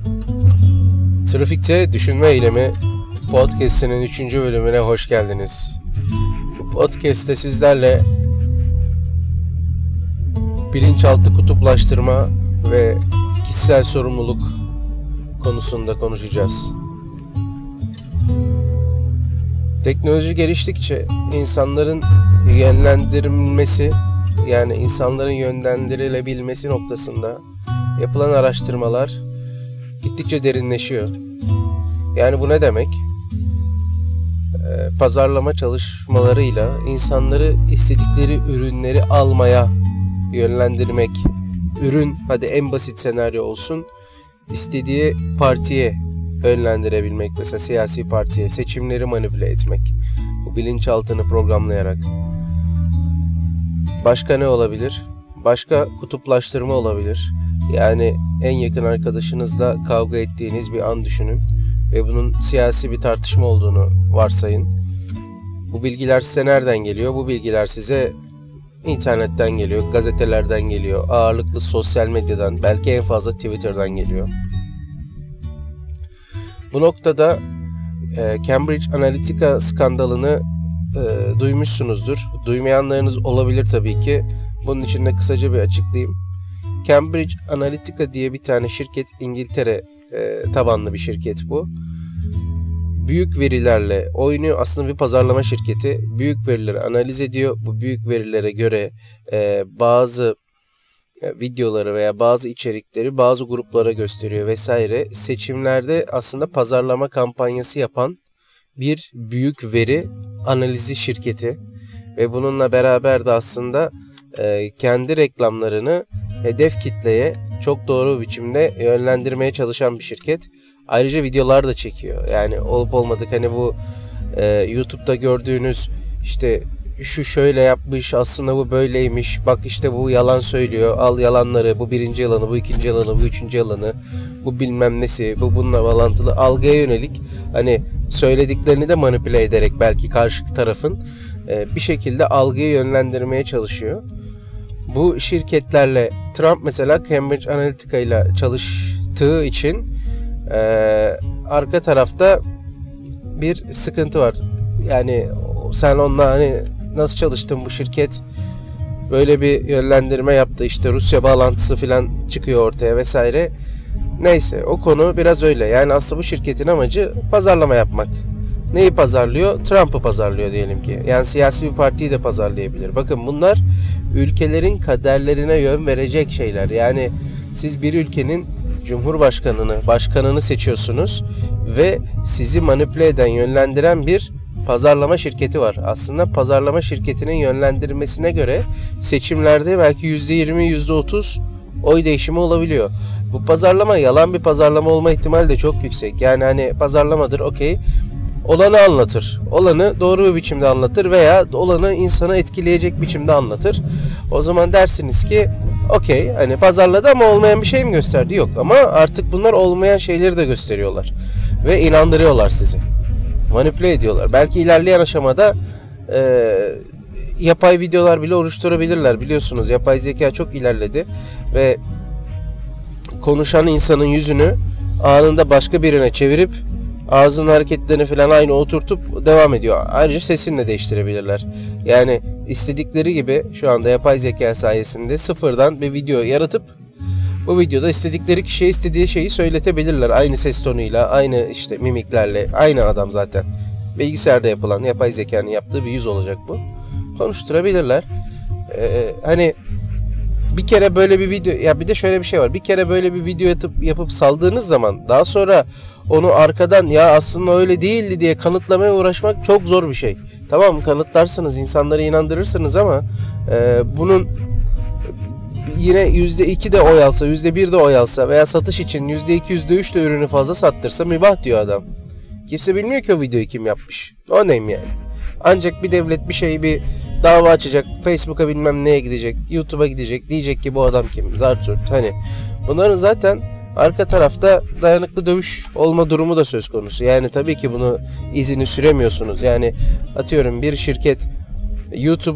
Trafikte Düşünme Eylemi Podcast'inin 3. bölümüne hoş geldiniz. Bu podcast'te sizlerle bilinçaltı kutuplaştırma ve kişisel sorumluluk konusunda konuşacağız. Teknoloji geliştikçe insanların yönlendirilmesi, yani insanların yönlendirilebilmesi noktasında yapılan araştırmalar gittikçe derinleşiyor. Yani bu ne demek? Pazarlama çalışmalarıyla insanları istedikleri ürünleri almaya yönlendirmek. Ürün, hadi en basit senaryo olsun, istediği partiye yönlendirebilmek. Mesela siyasi partiye, seçimleri manipüle etmek. Bu bilinçaltını programlayarak. Başka ne olabilir? Başka kutuplaştırma olabilir. Yani en yakın arkadaşınızla kavga ettiğiniz bir an düşünün ve bunun siyasi bir tartışma olduğunu varsayın. Bu bilgiler size nereden geliyor? Bu bilgiler size internetten geliyor, gazetelerden geliyor, ağırlıklı sosyal medyadan, belki en fazla Twitter'dan geliyor. Bu noktada Cambridge Analytica skandalını duymuşsunuzdur. Duymayanlarınız olabilir tabii ki. Bunun için de kısaca bir açıklayayım. Cambridge Analytica diye bir tane şirket, İngiltere tabanlı bir şirket bu. Büyük verilerle oynuyor. Aslında bir pazarlama şirketi. Büyük verileri analiz ediyor. Bu büyük verilere göre bazı videoları veya bazı içerikleri bazı gruplara gösteriyor vesaire. Seçimlerde aslında pazarlama kampanyası yapan bir büyük veri analizi şirketi. Ve bununla beraber de aslında kendi reklamlarını hedef kitleye çok doğru biçimde yönlendirmeye çalışan bir şirket. Ayrıca videolar da çekiyor. Yani olup olmadık hani bu YouTube'da gördüğünüz işte şu şöyle yapmış, aslında bu böyleymiş, bak işte bu yalan söylüyor, al yalanları, bu birinci yalanı, bu ikinci yalanı, bu üçüncü yalanı, bu bilmem nesi, bu bununla bağlantılı algıya yönelik hani söylediklerini de manipüle ederek belki karşı tarafın bir şekilde algıyı yönlendirmeye çalışıyor. Bu şirketlerle Trump mesela Cambridge Analytica ile çalıştığı için arka tarafta bir sıkıntı var. Yani sen onunla hani nasıl çalıştın, bu şirket böyle bir yönlendirme yaptı, işte Rusya bağlantısı falan çıkıyor ortaya vesaire. Neyse, o konu biraz öyle. Yani aslında bu şirketin amacı pazarlama yapmak. Neyi pazarlıyor? Trump'ı pazarlıyor diyelim ki. Yani siyasi bir partiyi de pazarlayabilir. Bakın bunlar ülkelerin kaderlerine yön verecek şeyler. Yani siz bir ülkenin başkanını seçiyorsunuz ve sizi manipüle eden, yönlendiren bir pazarlama şirketi var. Aslında pazarlama şirketinin yönlendirmesine göre seçimlerde belki %20, %30 oy değişimi olabiliyor. Bu pazarlama yalan bir pazarlama olma ihtimali de çok yüksek. Yani hani pazarlamadır, okey. Olanı anlatır. Olanı doğru bir biçimde anlatır veya olanı insanı etkileyecek biçimde anlatır. O zaman dersiniz ki okey, hani pazarladı ama olmayan bir şey mi gösterdi? Yok, ama artık bunlar olmayan şeyleri de gösteriyorlar. Ve inandırıyorlar sizi. Manipüle ediyorlar. Belki ilerleyen aşamada yapay videolar bile oluşturabilirler. Biliyorsunuz yapay zeka çok ilerledi ve konuşan insanın yüzünü anında başka birine çevirip ağzının hareketlerini falan aynı oturtup devam ediyor. Ayrıca sesini de değiştirebilirler. Yani istedikleri gibi şu anda yapay zeka sayesinde sıfırdan bir video yaratıp bu videoda istedikleri kişiye istediği şeyi söyletebilirler. Aynı ses tonuyla, aynı işte mimiklerle, aynı adam zaten. Bilgisayarda yapılan, yapay zekanın yaptığı bir yüz olacak bu. Konuşturabilirler. Hani bir kere böyle bir video, ya bir de şöyle bir şey var. Bir kere böyle bir video yapıp saldığınız zaman daha sonra onu arkadan ya aslında öyle değildi diye kanıtlamaya uğraşmak çok zor bir şey. Tamam, kanıtlarsınız, insanları inandırırsınız ama bunun yine %2 de oy alsa, %1 de oy alsa veya satış için %2, %3 de ürünü fazla sattırsa mübah diyor adam. Kimse bilmiyor ki o videoyu kim yapmış. O neyim yani. Ancak bir devlet bir dava açacak, Facebook'a bilmem neye gidecek, YouTube'a gidecek, diyecek ki bu adam kim? Zartürt. Hani bunların zaten arka tarafta dayanıklı dövüş olma durumu da söz konusu. Yani tabii ki bunu izini süremiyorsunuz. Yani atıyorum bir şirket YouTube'un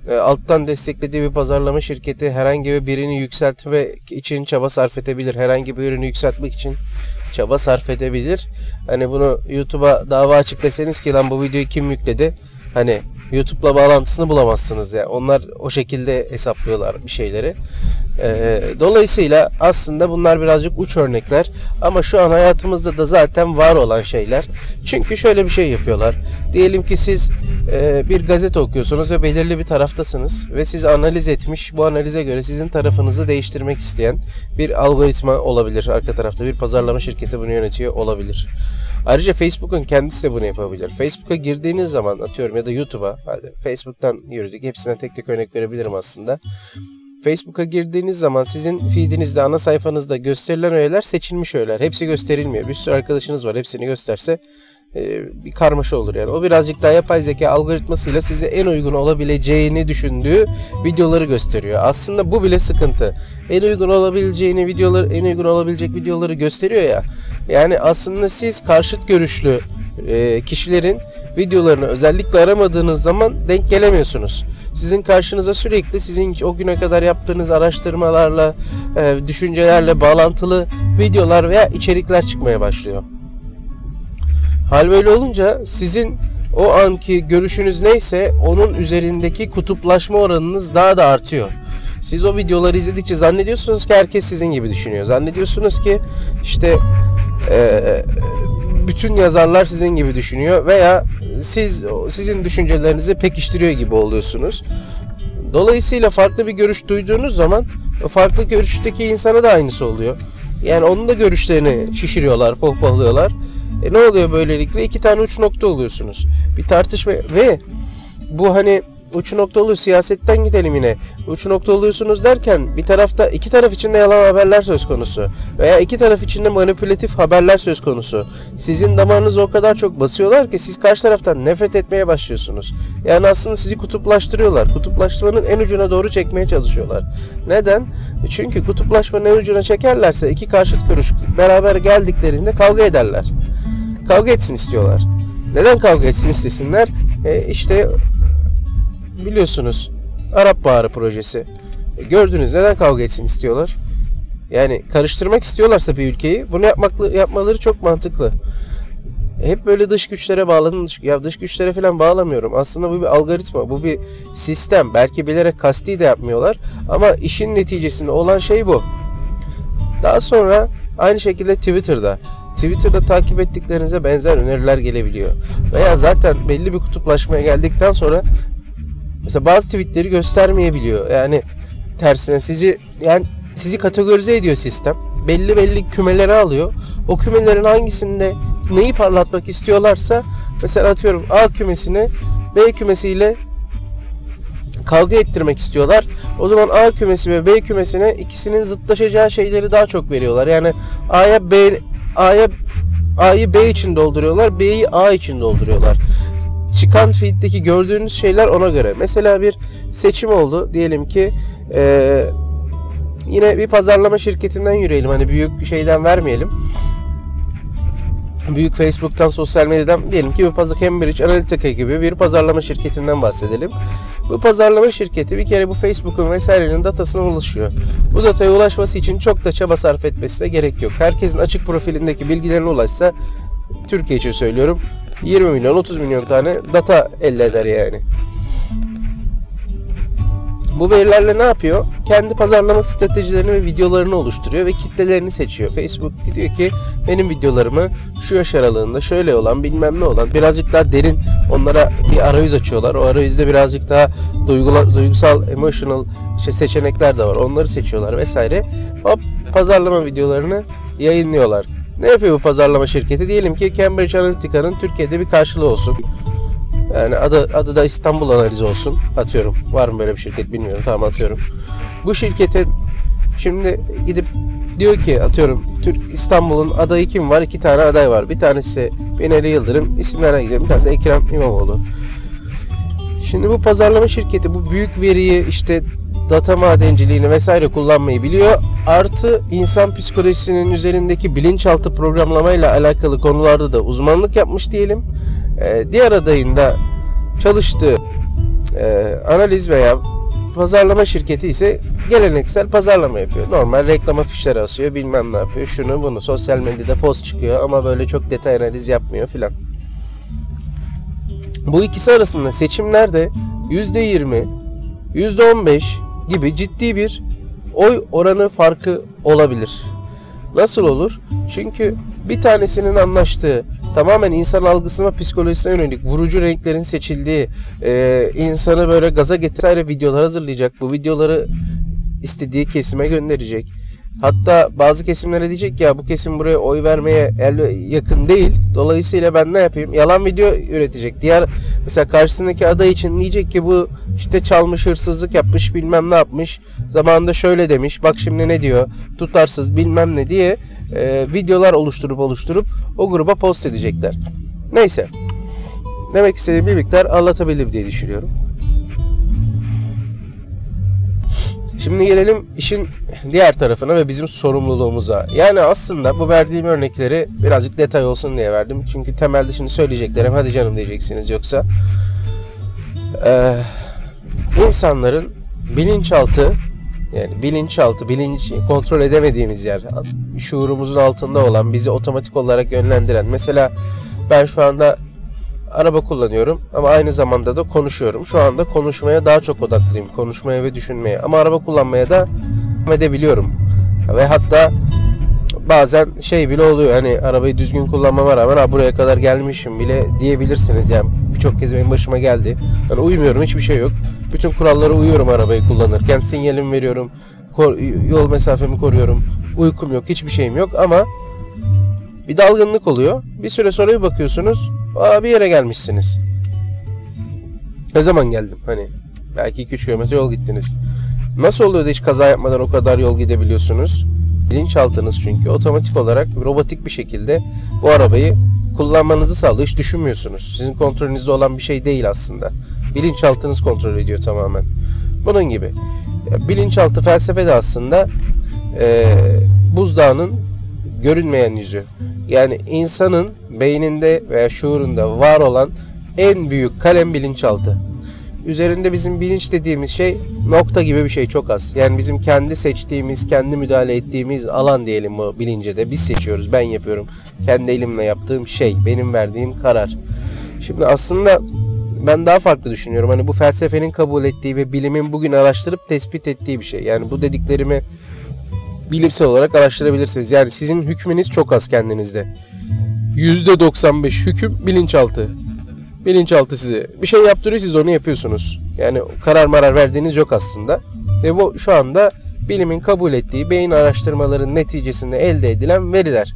alttan desteklediği bir pazarlama şirketi herhangi birini yükseltmek için çaba sarf edebilir. Herhangi bir ürünü yükseltmek için çaba sarf edebilir. Hani bunu YouTube'a dava açıp deseniz ki lan bu videoyu kim yükledi? Hani YouTube'la bağlantısını bulamazsınız ya. Onlar o şekilde hesaplıyorlar bir şeyleri. Dolayısıyla aslında bunlar birazcık uç örnekler ama şu an hayatımızda da zaten var olan şeyler. Çünkü şöyle bir şey yapıyorlar. Diyelim ki siz bir gazete okuyorsunuz ve belirli bir taraftasınız ve sizi analiz etmiş, bu analize göre sizin tarafınızı değiştirmek isteyen bir algoritma olabilir. Arka tarafta bir pazarlama şirketi bunu yönetiyor olabilir. Ayrıca Facebook'un kendisi de bunu yapabilir. Facebook'a girdiğiniz zaman atıyorum ya da YouTube'a, hadi Facebook'tan yürüdük, hepsine tek tek örnek verebilirim aslında. Facebook'a girdiğiniz zaman sizin feedinizde, ana sayfanızda gösterilen öğeler seçilmiş öğeler. Hepsi gösterilmiyor. Bir sürü arkadaşınız var. Hepsini gösterse bir karmaşa olur yani. O birazcık daha yapay zeka algoritmasıyla size en uygun olabileceğini düşündüğü videoları gösteriyor. Aslında bu bile sıkıntı. En uygun olabileceğini videoları, en uygun olabilecek videoları gösteriyor ya. Yani aslında siz karşıt görüşlü kişilerin videolarını özellikle aramadığınız zaman denk gelemiyorsunuz. Sizin karşınıza sürekli sizin o güne kadar yaptığınız araştırmalarla, düşüncelerle bağlantılı videolar veya içerikler çıkmaya başlıyor. Hal böyle olunca sizin o anki görüşünüz neyse onun üzerindeki kutuplaşma oranınız daha da artıyor. Siz o videoları izledikçe zannediyorsunuz ki herkes sizin gibi düşünüyor. Zannediyorsunuz ki işte bütün yazarlar sizin gibi düşünüyor veya sizin düşüncelerinizi pekiştiriyor gibi oluyorsunuz. Dolayısıyla farklı bir görüş duyduğunuz zaman farklı görüşteki insana da aynısı oluyor. Yani onun da görüşlerini şişiriyorlar, pohpohlıyorlar. Ne oluyor böylelikle? 2 tane uç nokta oluyorsunuz. Bir tartışma ve bu hani uç nokta oluyor, siyasetten gidelim yine. Uç nokta oluyorsunuz derken bir tarafta iki taraf içinde yalan haberler söz konusu veya iki taraf içinde manipülatif haberler söz konusu. Sizin damarınızı o kadar çok basıyorlar ki siz karşı taraftan nefret etmeye başlıyorsunuz. Yani aslında sizi kutuplaştırıyorlar. Kutuplaşmanın en ucuna doğru çekmeye çalışıyorlar. Neden? Çünkü kutuplaşmanın en ucuna çekerlerse iki karşıt görüş beraber geldiklerinde kavga ederler. Kavga etsin istiyorlar. Neden kavga etsin istesinler? İşte biliyorsunuz Arap Baharı projesi. Gördünüz, neden kavga etsin istiyorlar? Yani karıştırmak istiyorlarsa bir ülkeyi bunu yapmaları çok mantıklı. Hep böyle dış güçlere bağladın. Ya dış güçlere falan bağlamıyorum. Aslında bu bir algoritma, bu bir sistem. Belki bilerek kasti de yapmıyorlar ama işin neticesinde olan şey bu. Daha sonra aynı şekilde Twitter'da takip ettiklerinize benzer öneriler gelebiliyor. Veya zaten belli bir kutuplaşmaya geldikten sonra mesela bazı tweetleri göstermeyebiliyor. Yani tersine sizi kategorize ediyor sistem. Belli kümelere alıyor. O kümelerin hangisinde neyi parlatmak istiyorlarsa mesela atıyorum A kümesini B kümesiyle kavga ettirmek istiyorlar. O zaman A kümesi ve B kümesine ikisinin zıtlaşacağı şeyleri daha çok veriyorlar. Yani A'yı B için dolduruyorlar, B'yi A için dolduruyorlar. Çıkan feed'deki gördüğünüz şeyler ona göre. Mesela bir seçim oldu. Diyelim ki yine bir pazarlama şirketinden yürüyelim. Hani büyük şeyden vermeyelim. Büyük Facebook'tan, sosyal medyadan diyelim ki bir Cambridge Analytica gibi bir pazarlama şirketinden bahsedelim. Bu pazarlama şirketi bir kere bu Facebook'un vesairenin datasına ulaşıyor. Bu dataya ulaşması için çok da çaba sarf etmesine gerek yok. Herkesin açık profilindeki bilgilerine ulaşsa, Türkiye için söylüyorum, 20 milyon, 30 milyon tane data elde eder yani. Bu verilerle ne yapıyor? Kendi pazarlama stratejilerini ve videolarını oluşturuyor ve kitlelerini seçiyor. Facebook diyor ki benim videolarımı şu yaş aralığında şöyle olan, bilmem ne olan, birazcık daha derin, onlara bir arayüz açıyorlar. O arayüzde birazcık daha duygusal, emotional seçenekler de var. Onları seçiyorlar vesaire. Hop, pazarlama videolarını yayınlıyorlar. Ne yapıyor bu pazarlama şirketi? Diyelim ki Cambridge Analytica'nın Türkiye'de bir karşılığı olsun. Yani adı da İstanbul Analizi olsun. Atıyorum. Var mı böyle bir şirket bilmiyorum. Tamam, atıyorum. Bu şirketin şimdi gidip diyor ki atıyorum İstanbul'un adayı kim var? 2 tane aday var. Bir tanesi Binali Yıldırım. İsimlerine gidelim. Bir tanesi Ekrem İmamoğlu. Şimdi bu pazarlama şirketi bu büyük veriyi, işte data madenciliğini vesaire kullanmayı biliyor. Artı insan psikolojisinin üzerindeki bilinçaltı programlamayla alakalı konularda da uzmanlık yapmış diyelim. Diğer adayın da çalıştığı Analiz veya pazarlama şirketi ise geleneksel pazarlama yapıyor. Normal reklam afişleri asıyor, bilmem ne yapıyor, şunu bunu, sosyal medyada post çıkıyor ama böyle çok detay analiz yapmıyor filan. Bu ikisi arasında seçimlerde %20, %15 gibi ciddi bir oy oranı farkı olabilir. Nasıl olur? Çünkü bir tanesinin anlaştığı, tamamen insan algısına, psikolojisine yönelik vurucu renklerin seçildiği, insanı böyle gaza getiren videolar hazırlayacak. Bu videoları istediği kesime gönderecek. Hatta bazı kesimlere diyecek ya bu kesim buraya oy vermeye yakın değil. Dolayısıyla ben ne yapayım? Yalan video üretecek. Diğer mesela karşısındaki aday için diyecek ki bu işte çalmış, hırsızlık yapmış, bilmem ne yapmış. Zamanında şöyle demiş. Bak şimdi ne diyor? Tutarsız bilmem ne diye videolar oluşturup o gruba post edecekler. Neyse. Demek istediğim bir miktar anlatabilirim diye düşünüyorum. Şimdi gelelim işin diğer tarafına ve bizim sorumluluğumuza. Yani aslında bu verdiğim örnekleri birazcık detay olsun diye verdim. Çünkü temelde şimdi söyleyeceklerim hadi canım diyeceksiniz yoksa. İnsanların bilinçaltı, yani bilinç kontrol edemediğimiz yer, şuurumuzun altında olan, bizi otomatik olarak yönlendiren. Mesela ben şu anda araba kullanıyorum ama aynı zamanda da konuşuyorum. Şu anda konuşmaya daha çok odaklıyım. Konuşmaya ve düşünmeye. Ama araba kullanmaya da edebiliyorum. Ve hatta bazen şey bile oluyor. Hani arabayı düzgün kullanmama rağmen buraya kadar gelmişim bile diyebilirsiniz. Yani birçok kez benim başıma geldi. Yani uyumuyorum, hiçbir şey yok. Bütün kurallara uyuyorum arabayı kullanırken. Sinyalimi veriyorum. Yol mesafemi koruyorum. Uykum yok, hiçbir şeyim yok ama bir dalgınlık oluyor. Bir süre sonra bir bakıyorsunuz, bir yere gelmişsiniz. Ne zaman geldim? Hani belki 2-3 kilometre yol gittiniz. Nasıl oluyor da hiç kaza yapmadan o kadar yol gidebiliyorsunuz? Bilinçaltınız çünkü otomatik olarak robotik bir şekilde bu arabayı kullanmanızı sağlıyor. Hiç düşünmüyorsunuz. Sizin kontrolünüzde olan bir şey değil aslında. Bilinçaltınız kontrol ediyor tamamen. Bunun gibi. Bilinçaltı felsefe de aslında buzdağının görünmeyen yüzü. Yani insanın beyninde veya şuurunda var olan en büyük kalem bilinçaltı. Üzerinde bizim bilinç dediğimiz şey nokta gibi bir şey, çok az. Yani bizim kendi seçtiğimiz, kendi müdahale ettiğimiz alan diyelim bu bilince de. Biz seçiyoruz, ben yapıyorum. Kendi elimle yaptığım şey, benim verdiğim karar. Şimdi aslında ben daha farklı düşünüyorum. Hani bu felsefenin kabul ettiği ve bilimin bugün araştırıp tespit ettiği bir şey. Yani bu dediklerimi bilimsel olarak araştırabilirsiniz. Yani sizin hükmünüz çok az kendinizde. %95 hüküm bilinçaltı. Bilinçaltı size bir şey yaptırıyor, siz onu yapıyorsunuz. Yani karar verdiğiniz yok aslında. Ve bu şu anda bilimin kabul ettiği beyin araştırmalarının neticesinde elde edilen veriler.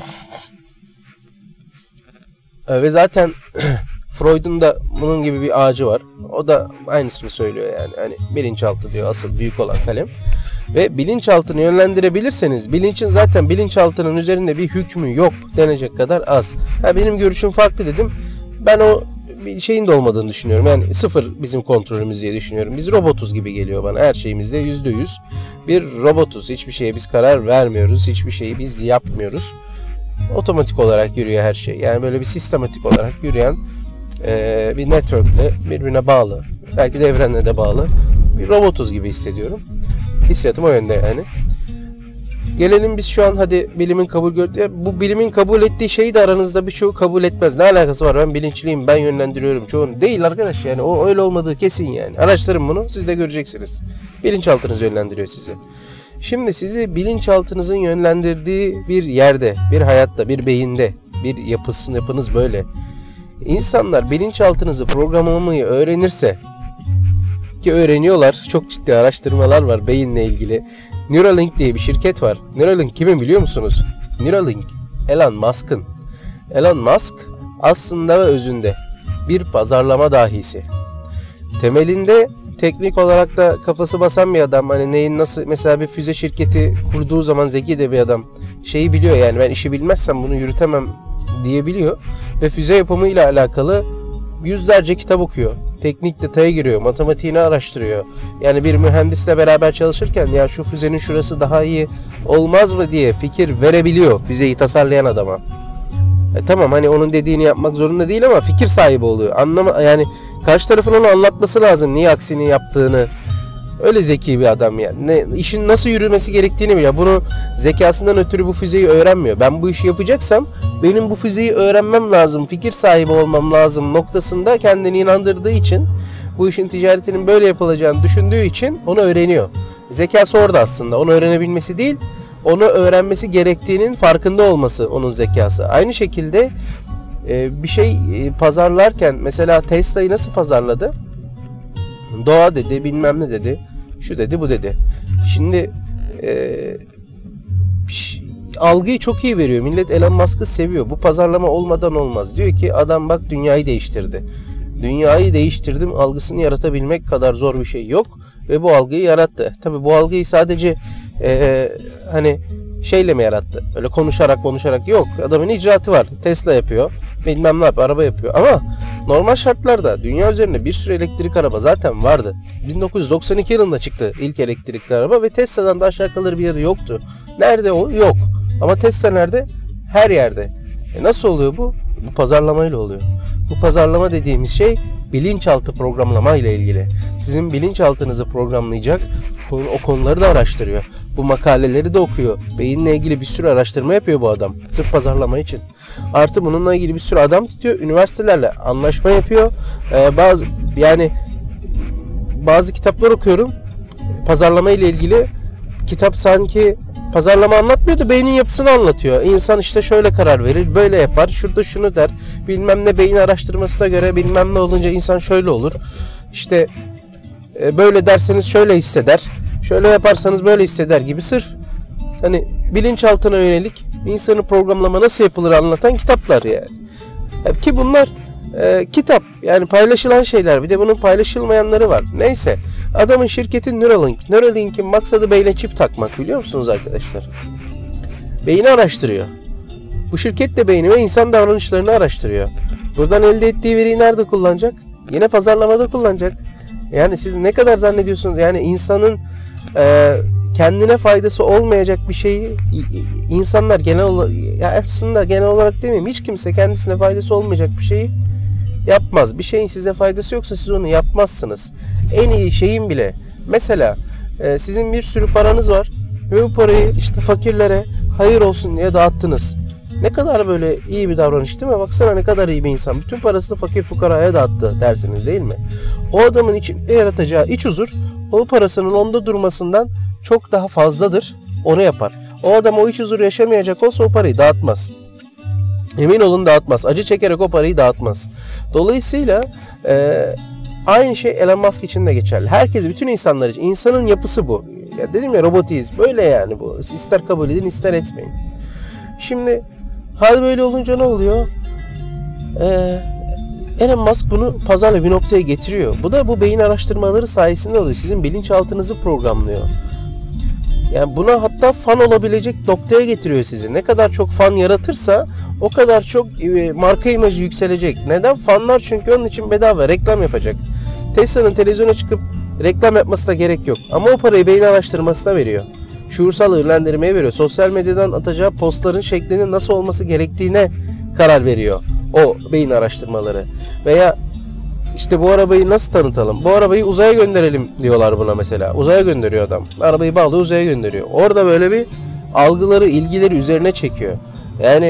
Ve zaten Freud'un da bunun gibi bir ağacı var. O da aynısını söylüyor yani. Hani bilinçaltı diyor asıl büyük olan kalem. Ve bilinçaltını yönlendirebilirseniz, bilinçaltının üzerinde bir hükmü yok denecek kadar az. Benim görüşüm farklı dedim. Ben o bir şeyin de olmadığını düşünüyorum. Yani sıfır bizim kontrolümüz diye düşünüyorum. Biz robotuz gibi geliyor bana. Her şeyimizde %100 bir robotuz. Hiçbir şeye biz karar vermiyoruz. Hiçbir şeyi biz yapmıyoruz. Otomatik olarak yürüyor her şey. Yani böyle bir sistematik olarak yürüyen bir network'le birbirine bağlı. Belki de evrenle de bağlı. Bir robotuz gibi hissediyorum. Hissiyatım o yönde yani. Gelelim biz şu an hadi bilimin kabul gördüğü. Bu bilimin kabul ettiği şeyi de aranızda birçoğu kabul etmez. Ne alakası var? Ben bilinçliyim, ben yönlendiriyorum çoğunu. Değil arkadaş yani. O öyle olmadığı kesin yani. Araştırın bunu, siz de göreceksiniz. Bilinçaltınız yönlendiriyor sizi. Şimdi sizi bilinçaltınızın yönlendirdiği bir yerde, bir hayatta, bir beyinde, bir yapınız böyle. İnsanlar bilinçaltınızı programlamayı öğrenirse, ki öğreniyorlar, çok ciddi araştırmalar var beyinle ilgili. Neuralink diye bir şirket var. Neuralink kimin biliyor musunuz? Neuralink Elon Musk'ın. Elon Musk aslında ve özünde bir pazarlama dahisi. Temelinde teknik olarak da kafası basan bir adam. Hani neyin nasıl, mesela bir füze şirketi kurduğu zaman zeki de bir adam. Şeyi biliyor yani, ben işi bilmezsem bunu yürütemem diyebiliyor. Ve füze yapımıyla alakalı yüzlerce kitap okuyor. Teknik detaya giriyor, matematiğini araştırıyor. Yani bir mühendisle beraber çalışırken ya şu füzenin şurası daha iyi olmaz mı diye fikir verebiliyor füzeyi tasarlayan adama. Tamam hani onun dediğini yapmak zorunda değil ama fikir sahibi oluyor. Yani Karşı tarafın onu anlatması lazım niye aksini yaptığını. Öyle zeki bir adam yani. İşin nasıl yürümesi gerektiğini biliyor. Bunu zekasından ötürü bu füzeyi öğrenmiyor. Ben bu işi yapacaksam benim bu füzeyi öğrenmem lazım, fikir sahibi olmam lazım noktasında kendini inandırdığı için, bu işin ticaretinin böyle yapılacağını düşündüğü için onu öğreniyor. Zekası orada aslında. Onu öğrenebilmesi değil, onu öğrenmesi gerektiğinin farkında olması onun zekası. Aynı şekilde bir şey pazarlarken mesela Tesla'yı nasıl pazarladı? Doğa dedi, bilmem ne dedi, şu dedi, bu dedi. Şimdi algıyı çok iyi veriyor. Millet Elon Musk'ı seviyor. Bu pazarlama olmadan olmaz. Diyor ki adam bak dünyayı değiştirdi. Dünyayı değiştirdim algısını yaratabilmek kadar zor bir şey yok. Ve bu algıyı yarattı. Tabii bu algıyı sadece hani şeyle mi yarattı? Öyle konuşarak yok. Adamın icraatı var. Tesla yapıyor. Bilmem ne yapıyor. Araba yapıyor. Ama normal şartlarda dünya üzerinde bir sürü elektrikli araba zaten vardı. 1992 yılında çıktı ilk elektrikli araba ve Tesla'dan da aşağı kalır bir yeri yoktu. Nerede o? Yok. Ama Tesla nerede? Her yerde. Nasıl oluyor bu? Bu pazarlamayla oluyor. Bu pazarlama dediğimiz şey bilinçaltı programlama ile ilgili. Sizin bilinçaltınızı programlayacak o konuları da araştırıyor. Bu makaleleri de okuyor. Beyinle ilgili bir sürü araştırma yapıyor bu adam. Sırf pazarlama için. Artı bununla ilgili bir sürü adam tutuyor. Üniversitelerle anlaşma yapıyor. Bazı kitaplar okuyorum. Pazarlama ile ilgili kitap sanki pazarlama anlatmıyor da beynin yapısını anlatıyor. İnsan işte şöyle karar verir, böyle yapar, şurada şunu der. Bilmem ne beyin araştırmasına göre bilmem ne olunca insan şöyle olur. İşte böyle derseniz şöyle hisseder. Şöyle yaparsanız böyle hisseder gibi sırf hani bilinçaltına yönelik insanı programlama nasıl yapılır anlatan kitaplar yani. Ki bunlar kitap yani paylaşılan şeyler, bir de bunun paylaşılmayanları var. Neyse, adamın şirketi Neuralink. Neuralink'in maksadı beyne çip takmak, biliyor musunuz arkadaşlar? Beyni araştırıyor. Bu şirket de beyni ve insan davranışlarını araştırıyor. Buradan elde ettiği veriyi nerede kullanacak? Yine pazarlamada kullanacak. Yani siz ne kadar zannediyorsunuz? Yani insanın kendine faydası olmayacak bir şeyi insanlar genel olarak demeyeyim, hiç kimse kendisine faydası olmayacak bir şeyi yapmaz. Bir şeyin size faydası yoksa siz onu yapmazsınız. En iyi şeyin bile mesela sizin bir sürü paranız var ve bu parayı işte fakirlere hayır olsun diye dağıttınız. Ne kadar böyle iyi bir davranış değil mi? Baksana ne kadar iyi bir insan. Bütün parasını fakir fukaraya dağıttı dersiniz değil mi? O adamın içinde yaratacağı iç huzur o parasının onda durmasından çok daha fazladır. Onu yapar. O adam o iç huzuru yaşamayacak olsa o parayı dağıtmaz. Emin olun dağıtmaz. Acı çekerek o parayı dağıtmaz. Dolayısıyla aynı şey Elon Musk için de geçerli. Herkes, bütün insanlar için. İnsanın yapısı bu. Ya dedim ya, robotiyiz. Böyle yani bu. İster kabul edin ister etmeyin. Şimdi hal böyle olunca ne oluyor? Elon Musk bunu pazarla bir noktaya getiriyor. Bu da bu beyin araştırmaları sayesinde oluyor. Sizin bilinçaltınızı programlıyor. Yani buna hatta fan olabilecek noktaya getiriyor sizi. Ne kadar çok fan yaratırsa o kadar çok marka imajı yükselecek. Neden? Fanlar çünkü onun için bedava reklam yapacak. Tesla'nın televizyona çıkıp reklam yapmasına gerek yok. Ama o parayı beyin araştırmasına veriyor. Şuursal yönlendirmeye veriyor. Sosyal medyadan atacağı postların şeklinin nasıl olması gerektiğine karar veriyor o beyin araştırmaları. Veya işte bu arabayı nasıl tanıtalım? Bu arabayı uzaya gönderelim diyorlar buna mesela. Uzaya gönderiyor adam. Arabayı bağlıyor, uzaya gönderiyor. Orada böyle bir algıları, ilgileri üzerine çekiyor. Yani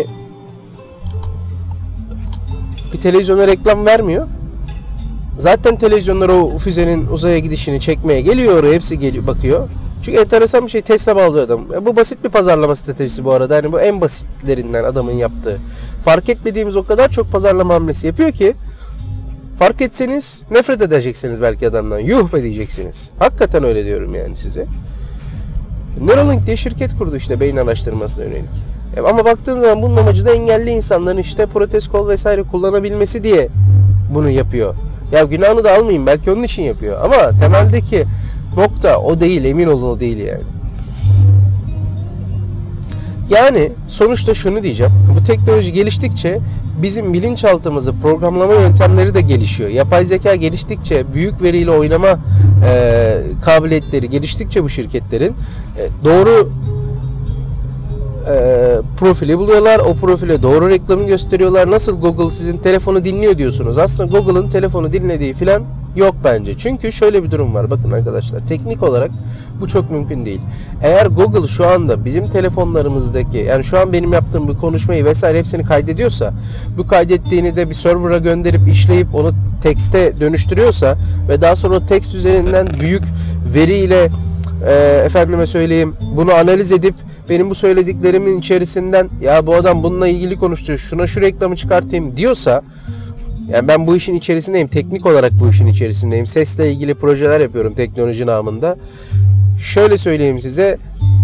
bir televizyona reklam vermiyor. Zaten televizyonlar o füzenin uzaya gidişini çekmeye geliyor oraya. Hepsi geliyor, bakıyor. Çünkü enteresan bir şey, Tesla bağlıyor adam. Bu basit bir pazarlama stratejisi bu arada. Yani bu en basitlerinden adamın yaptığı. Fark etmediğimiz o kadar çok pazarlama hamlesi yapıyor ki fark etseniz nefret edeceksiniz belki adamdan. Yuh be diyeceksiniz. Hakikaten öyle diyorum yani size. Neuralink diye şirket kurdu işte beyin araştırmasına yönelik. Ama baktığınız zaman bunun amacı da engelli insanların işte protez kol vesaire kullanabilmesi diye bunu yapıyor. Ya günahını da almayayım, belki onun için yapıyor. Ama temeldeki nokta o değil, emin olun o değil yani. Yani sonuçta şunu diyeceğim. Bu teknoloji geliştikçe bizim bilinçaltımızı programlama yöntemleri de gelişiyor. Yapay zeka geliştikçe, büyük veriyle oynama kabiliyetleri geliştikçe bu şirketlerin doğru profili buluyorlar. O profile doğru reklamı gösteriyorlar. Nasıl Google sizin telefonu dinliyor diyorsunuz. Aslında Google'ın telefonu dinlediği falan yok bence. Çünkü şöyle bir durum var. Bakın arkadaşlar, teknik olarak bu çok mümkün değil. Eğer Google şu anda bizim telefonlarımızdaki, yani şu an benim yaptığım bu konuşmayı vesaire hepsini kaydediyorsa, bu kaydettiğini de bir server'a gönderip işleyip onu tekste dönüştürüyorsa ve daha sonra o tekst üzerinden büyük veriyle efendime söyleyeyim bunu analiz edip benim bu söylediklerimin içerisinden ya bu adam bununla ilgili konuştu, şuna şu reklamı çıkartayım diyorsa, yani ben bu işin içerisindeyim, teknik olarak bu işin içerisindeyim, sesle ilgili projeler yapıyorum teknoloji namında. Şöyle söyleyeyim size,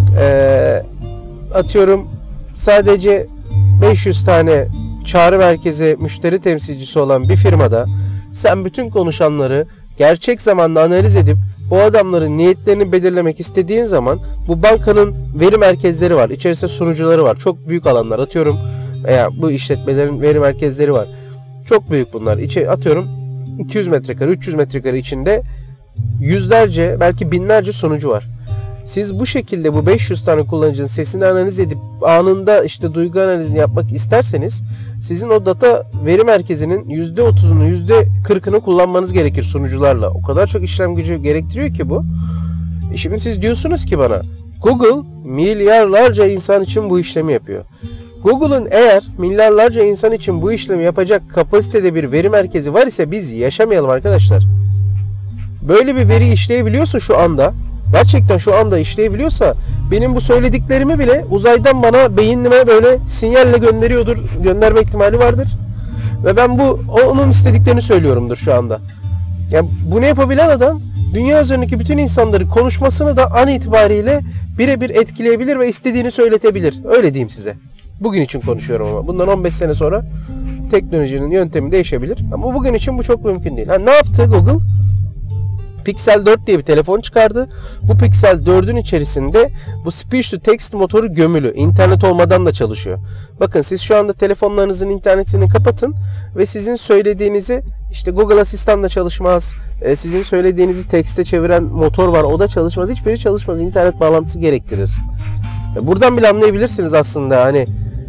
atıyorum sadece 500 tane çağrı merkezi müşteri temsilcisi olan bir firmada sen bütün konuşanları gerçek zamanlı analiz edip bu adamların niyetlerini belirlemek istediğin zaman bu bankanın veri merkezleri var. İçerisinde sunucuları var. Çok büyük alanlar, atıyorum veya bu işletmelerin veri merkezleri var. Çok büyük bunlar. Atıyorum 200 metrekare, 300 metrekare içinde yüzlerce, belki binlerce sunucu var. Siz bu şekilde bu 500 tane kullanıcının sesini analiz edip anında işte duygu analizini yapmak isterseniz sizin o data veri merkezinin %30'unu %40'ını kullanmanız gerekir sunucularla. O kadar çok işlem gücü gerektiriyor ki bu. Şimdi siz diyorsunuz ki bana Google milyarlarca insan için bu işlemi yapıyor. Google'ın eğer milyarlarca insan için bu işlemi yapacak kapasitede bir veri merkezi var ise biz yaşamayalım arkadaşlar. Böyle bir veri işleyebiliyorsa şu anda, gerçekten şu anda işleyebiliyorsa benim bu söylediklerimi bile uzaydan bana beynime böyle sinyalle gönderme ihtimali vardır. Ve ben onun istediklerini söylüyorumdur şu anda. Yani bunu yapabilen adam dünya üzerindeki bütün insanların konuşmasını da an itibariyle birebir etkileyebilir ve istediğini söyletebilir. Öyle diyeyim size. Bugün için konuşuyorum ama bundan 15 sene sonra teknolojinin yöntemi değişebilir. Ama bugün için bu çok mümkün değil. Ne yaptı Google? Pixel 4 diye bir telefon çıkardı. Bu Pixel 4'ün içerisinde bu speech to text motoru gömülü. İnternet olmadan da çalışıyor. Bakın siz şu anda telefonlarınızın internetini kapatın ve sizin söylediğinizi işte Google Asistan'da çalışmaz. Sizin söylediğinizi tekste çeviren motor var. O da çalışmaz. Hiçbiri çalışmaz. İnternet bağlantısı gerektirir. Buradan bile anlayabilirsiniz aslında hani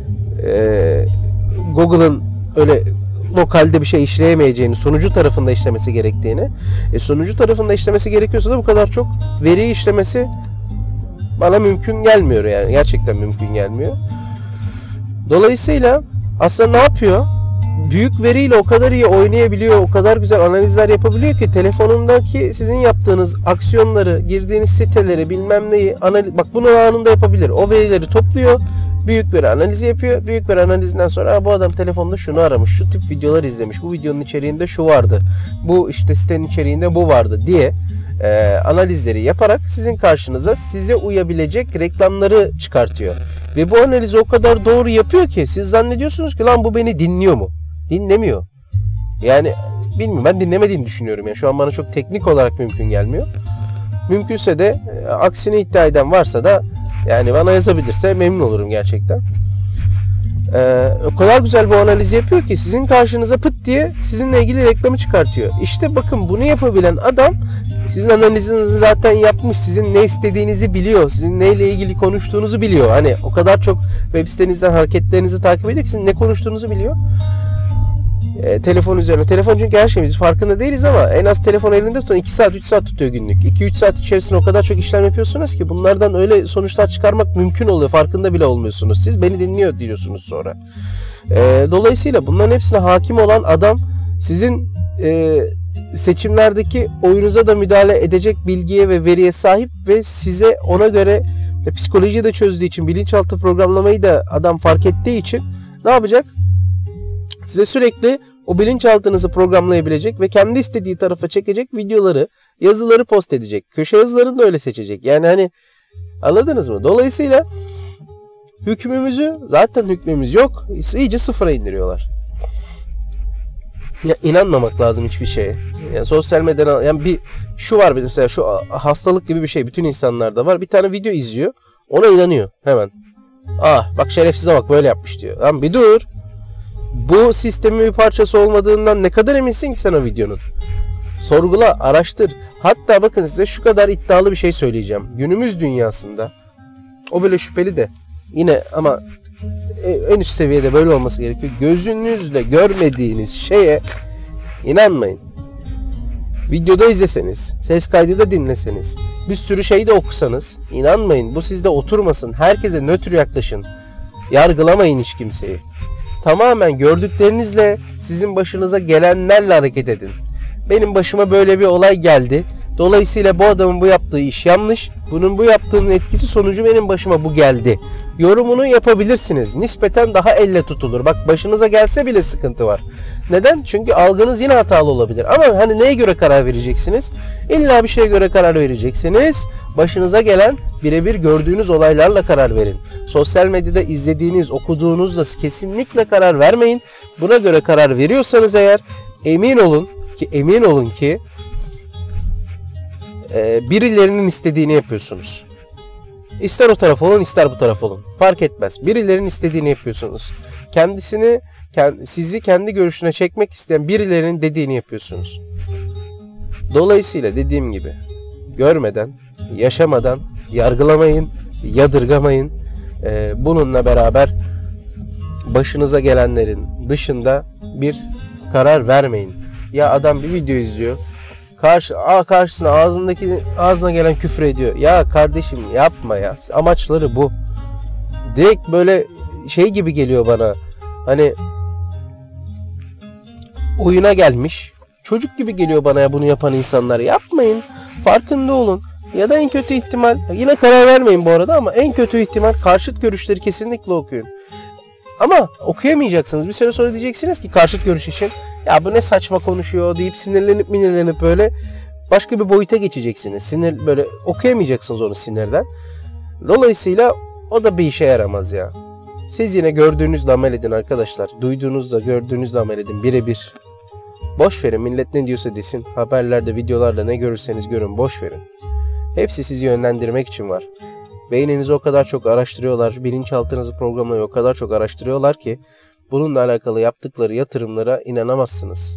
Google'ın öyle lokalde bir şey işleyemeyeceğini, sunucu tarafında işlemesi gerektiğini. Sunucu tarafında işlemesi gerekiyorsa da bu kadar çok veriyi işlemesi bana mümkün gelmiyor yani. Gerçekten mümkün gelmiyor. Dolayısıyla aslında ne yapıyor? Büyük veriyle o kadar iyi oynayabiliyor, o kadar güzel analizler yapabiliyor ki telefonundaki sizin yaptığınız aksiyonları, girdiğiniz siteleri, bilmem neyi bak bunu anında yapabilir. O verileri topluyor. Büyük veri analizi yapıyor. Büyük veri analizinden sonra bu adam telefonda şunu aramış, şu tip videolar izlemiş, bu videonun içeriğinde şu vardı, bu işte sitenin içeriğinde bu vardı diye analizleri yaparak sizin karşınıza size uyabilecek reklamları çıkartıyor. Ve bu analizi o kadar doğru yapıyor ki siz zannediyorsunuz ki lan bu beni dinliyor mu? Dinlemiyor. Yani bilmiyorum, ben dinlemediğini düşünüyorum. Yani şu an bana çok teknik olarak mümkün gelmiyor. Mümkünse de aksini iddia eden varsa da yani bana yazabilirse memnun olurum gerçekten. O kadar güzel bu analizi yapıyor ki sizin karşınıza pıt diye sizinle ilgili reklamı çıkartıyor. İşte bakın bunu yapabilen adam sizin analizinizi zaten yapmış. Sizin ne istediğinizi biliyor. Sizin neyle ilgili konuştuğunuzu biliyor. Hani o kadar çok web sitenizden hareketlerinizi takip ediyor ki sizin ne konuştuğunuzu biliyor. Telefon üzerine. Telefon çünkü her şeyimiz farkında değiliz ama en az telefon elinde tutan 2 saat 3 saat tutuyor günlük. 2-3 saat içerisinde o kadar çok işlem yapıyorsunuz ki bunlardan öyle sonuçlar çıkarmak mümkün oluyor. Farkında bile olmuyorsunuz. Siz beni dinliyor diyorsunuz sonra. Dolayısıyla bunların hepsine hakim olan adam sizin seçimlerdeki oyunuza da müdahale edecek bilgiye ve veriye sahip ve size ona göre psikolojiyi de çözdüğü için, bilinçaltı programlamayı da adam fark ettiği için ne yapacak? Size sürekli o bilinçaltınızı programlayabilecek ve kendi istediği tarafa çekecek videoları, yazıları post edecek. Köşe yazılarını da öyle seçecek. Yani hani anladınız mı? Dolayısıyla zaten hükmümüz yok. İyice sıfıra indiriyorlar. Ya inanmamak lazım hiçbir şeye. Yani sosyal medyadan yani şu var mesela, şu hastalık gibi bir şey bütün insanlarda var. Bir tane video izliyor. Ona inanıyor hemen. Bak şerefsize bak böyle yapmış diyor. Lan bir dur. Bu sistemin bir parçası olmadığından ne kadar eminsin ki sen o videonun? Sorgula, araştır. Hatta bakın size şu kadar iddialı bir şey söyleyeceğim. Günümüz dünyasında, o böyle şüpheli de, Yine ama en üst seviyede böyle olması gerekiyor. Gözünüzle görmediğiniz şeye inanmayın. Videoda izleseniz, ses kaydı da dinleseniz, bir sürü şey de okusanız inanmayın. Bu sizde oturmasın. Herkese nötr yaklaşın. Yargılamayın hiç kimseyi. Tamamen gördüklerinizle, sizin başınıza gelenlerle hareket edin. Benim başıma böyle bir olay geldi. Dolayısıyla bu adamın bu yaptığı iş yanlış. Bunun bu yaptığının etkisi sonucu benim başıma bu geldi. Yorumunu yapabilirsiniz. Nispeten daha elle tutulur. Bak, başınıza gelse bile sıkıntı var. Neden? Çünkü algınız yine hatalı olabilir. Ama hani neye göre karar vereceksiniz? İlla bir şeye göre karar vereceksiniz. Başınıza gelen birebir gördüğünüz olaylarla karar verin. Sosyal medyada izlediğiniz, okuduğunuzla kesinlikle karar vermeyin. Buna göre karar veriyorsanız eğer emin olun ki birilerinin istediğini yapıyorsunuz. İster o taraf olun, ister bu taraf olun. Fark etmez. Birilerinin istediğini yapıyorsunuz. Sizi kendi görüşüne çekmek isteyen birilerinin dediğini yapıyorsunuz. Dolayısıyla dediğim gibi görmeden, yaşamadan yargılamayın, yadırgamayın. Bununla beraber başınıza gelenlerin dışında bir karar vermeyin. Ya adam bir video izliyor. Karşısına ağzına gelen küfür ediyor. Ya kardeşim yapma ya. Amaçları bu. Direkt böyle şey gibi geliyor bana. Hani oyuna gelmiş. Çocuk gibi geliyor bana ya bunu yapan insanlar. Yapmayın. Farkında olun. Ya da en kötü ihtimal, yine karar vermeyin bu arada, ama en kötü ihtimal karşıt görüşleri kesinlikle okuyun. Ama okuyamayacaksınız. Bir süre sonra diyeceksiniz ki karşıt görüş için ya bu ne saçma konuşuyor deyip sinirlenip böyle başka bir boyuta geçeceksiniz. Böyle okuyamayacaksınız onu sinirden. Dolayısıyla o da bir işe yaramaz ya. Siz yine gördüğünüzle amel edin arkadaşlar. Duyduğunuzla, gördüğünüzle amel edin birebir. Boş verin, millet ne diyorsa desin. Haberlerde, videolarda ne görürseniz görün, boş verin. Hepsi sizi yönlendirmek için var. Beyninizi o kadar çok araştırıyorlar, bilinçaltınızı programlayı o kadar çok araştırıyorlar ki bununla alakalı yaptıkları yatırımlara inanamazsınız.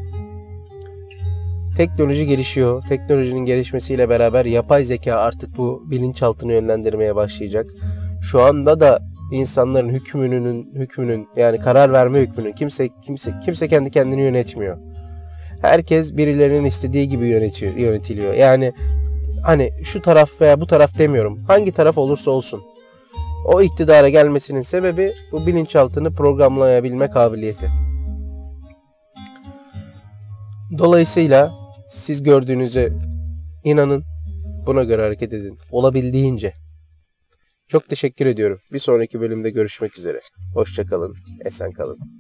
Teknoloji gelişiyor. Teknolojinin gelişmesiyle beraber yapay zeka artık bu bilinçaltını yönlendirmeye başlayacak. Şu anda da insanların hükmünün yani karar verme hükmünün kimse kendi kendini yönetmiyor. Herkes birilerinin istediği gibi yönetiliyor. Yani hani şu taraf veya bu taraf demiyorum. Hangi taraf olursa olsun. O iktidara gelmesinin sebebi bu bilinçaltını programlayabilme kabiliyeti. Dolayısıyla siz gördüğünüze inanın, buna göre hareket edin. Olabildiğince. Çok teşekkür ediyorum. Bir sonraki bölümde görüşmek üzere. Hoşça kalın, esen kalın.